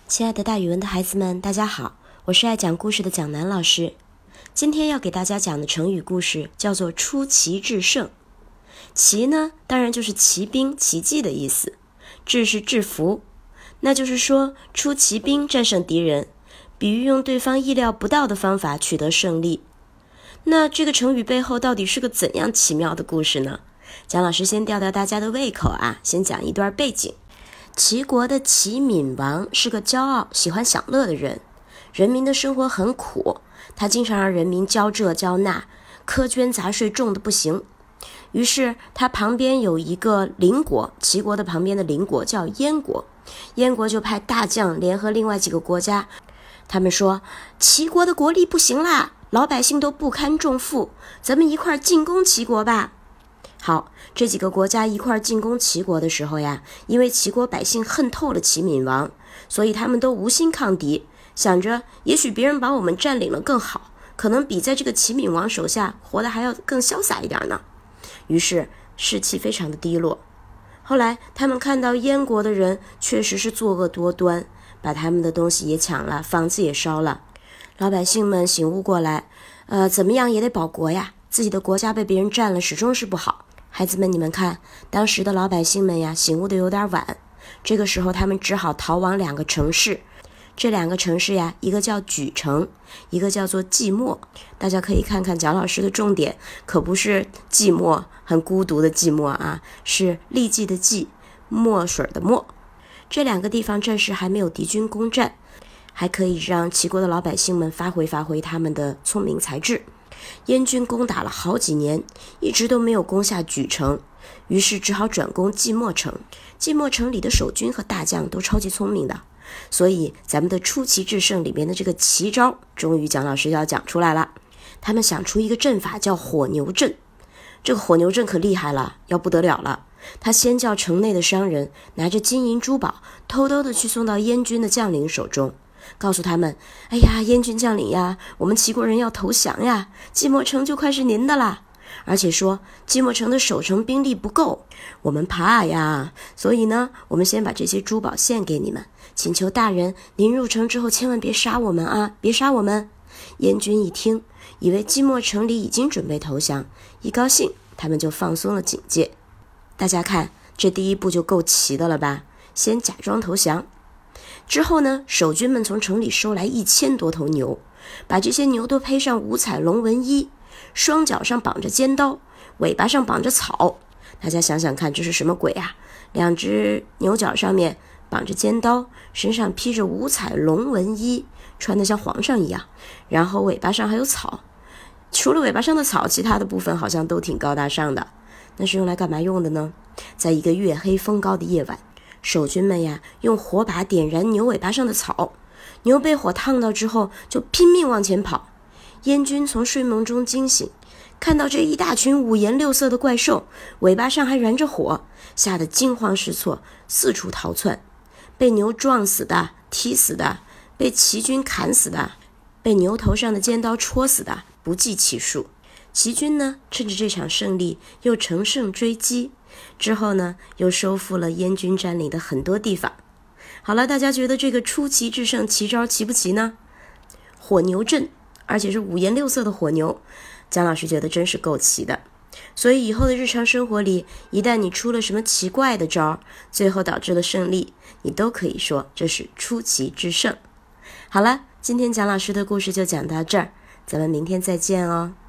亲爱的大语文的孩子们，大家好，我是爱讲故事的蒋楠老师。今天要给大家讲的成语故事叫做出奇制胜。奇呢，当然就是骑兵、奇迹的意思。制是制服，那就是说出奇兵战胜敌人，比喻用对方意料不到的方法取得胜利。那这个成语背后到底是个怎样奇妙的故事呢？蒋老师先吊吊大家的胃口啊，先讲一段背景。齐国的齐闵王是个骄傲、喜欢享乐的人，人民的生活很苦，他经常让人民交这交那，苛捐杂税重的不行。于是他旁边有一个邻国，齐国的旁边的邻国叫燕国，燕国就派大将联合另外几个国家，他们说齐国的国力不行啦，老百姓都不堪重负，咱们一块进攻齐国吧。好，这几个国家一块进攻齐国的时候呀，因为齐国百姓恨透了齐闵王，所以他们都无心抗敌，想着也许别人把我们占领了更好，可能比在这个齐闵王手下活得还要更潇洒一点呢。于是士气非常的低落。后来他们看到燕国的人确实是作恶多端，把他们的东西也抢了，房子也烧了。老百姓们醒悟过来，怎么样也得保国呀，自己的国家被别人占了，始终是不好。孩子们，你们看，当时的老百姓们呀，醒悟的有点晚。这个时候他们只好逃往两个城市，这两个城市呀，一个叫莒城，一个叫做寂寞。大家可以看看蒋老师的重点，可不是寂寞，很孤独的寂寞啊，是痢疾的疾，墨水的墨。这两个地方暂时还没有敌军攻占，还可以让齐国的老百姓们发挥他们的聪明才智。燕军攻打了好几年，一直都没有攻下莒城，于是只好转攻寂寞城。寂寞城里的守军和大将都超级聪明的，所以咱们的出奇制胜里面的这个奇招，终于蒋老师要讲出来了。他们想出一个阵法叫火牛阵，这个火牛阵可厉害了，要不得了了。他先叫城内的商人拿着金银珠宝，偷偷的去送到燕军的将领手中，告诉他们，哎呀，燕军将领呀，我们齐国人要投降呀，寂寞城就快是您的啦。而且说寂寞城的守城兵力不够，我们怕呀，所以呢，我们先把这些珠宝献给你们，请求大人您入城之后千万别杀我们啊，别杀我们。燕军一听，以为寂寞城里已经准备投降，一高兴他们就放松了警戒。大家看，这第一步就够奇的了吧，先假装投降。之后呢，守军们从城里收来1000多头牛，把这些牛都配上五彩龙纹衣，双脚上绑着尖刀，尾巴上绑着草。大家想想看，这是什么鬼啊？两只牛角上面绑着尖刀，身上披着五彩龙纹衣，穿得像皇上一样，然后尾巴上还有草。除了尾巴上的草，其他的部分好像都挺高大上的。那是用来干嘛用的呢？在一个月黑风高的夜晚，守军们呀，用火把点燃牛尾巴上的草，牛被火烫到之后就拼命往前跑。燕军从睡梦中惊醒，看到这一大群五颜六色的怪兽，尾巴上还燃着火，吓得惊慌失措，四处逃窜。被牛撞死的、踢死的，被齐军砍死的，被牛头上的尖刀戳死的，不计其数。齐军呢，趁着这场胜利又乘胜追击，之后呢，又收复了燕军占领的很多地方。好了，大家觉得这个出奇制胜奇招奇不奇呢？火牛阵，而且是五颜六色的火牛，蒋老师觉得真是够奇的。所以以后的日常生活里，一旦你出了什么奇怪的招，最后导致了胜利，你都可以说这是出奇制胜。好了，今天蒋老师的故事就讲到这儿，咱们明天再见哦。